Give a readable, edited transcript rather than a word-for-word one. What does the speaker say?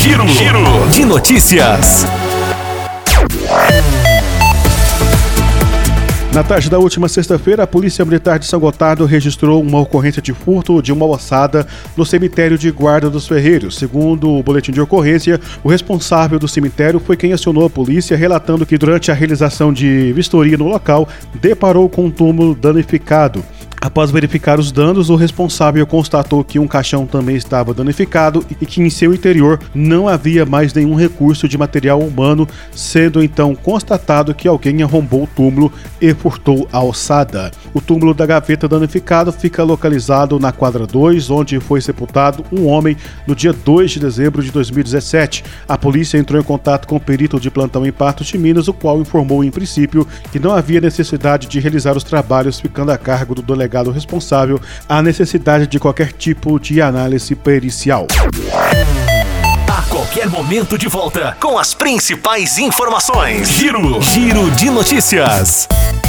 Giro de notícias. Na tarde da última sexta-feira, a Polícia Militar de São Gotardo registrou uma ocorrência de furto de uma ossada no cemitério de Guarda dos Ferreiros. Segundo o boletim de ocorrência, o responsável do cemitério foi quem acionou a polícia, relatando que durante a realização de vistoria no local, deparou com um túmulo danificado. Após verificar os danos, o responsável constatou que um caixão também estava danificado e que em seu interior não havia mais nenhum recurso de material humano, sendo então constatado que alguém arrombou o túmulo e furtou a ossada. O túmulo da gaveta danificado fica localizado na quadra 2, onde foi sepultado um homem no dia 2 de dezembro de 2017. A polícia entrou em contato com o perito de plantão em Patos de Minas, o qual informou em princípio que não havia necessidade de realizar os trabalhos, ficando a cargo do delegado responsável a necessidade de qualquer tipo de análise pericial. A qualquer momento de volta com as principais informações. Giro de notícias.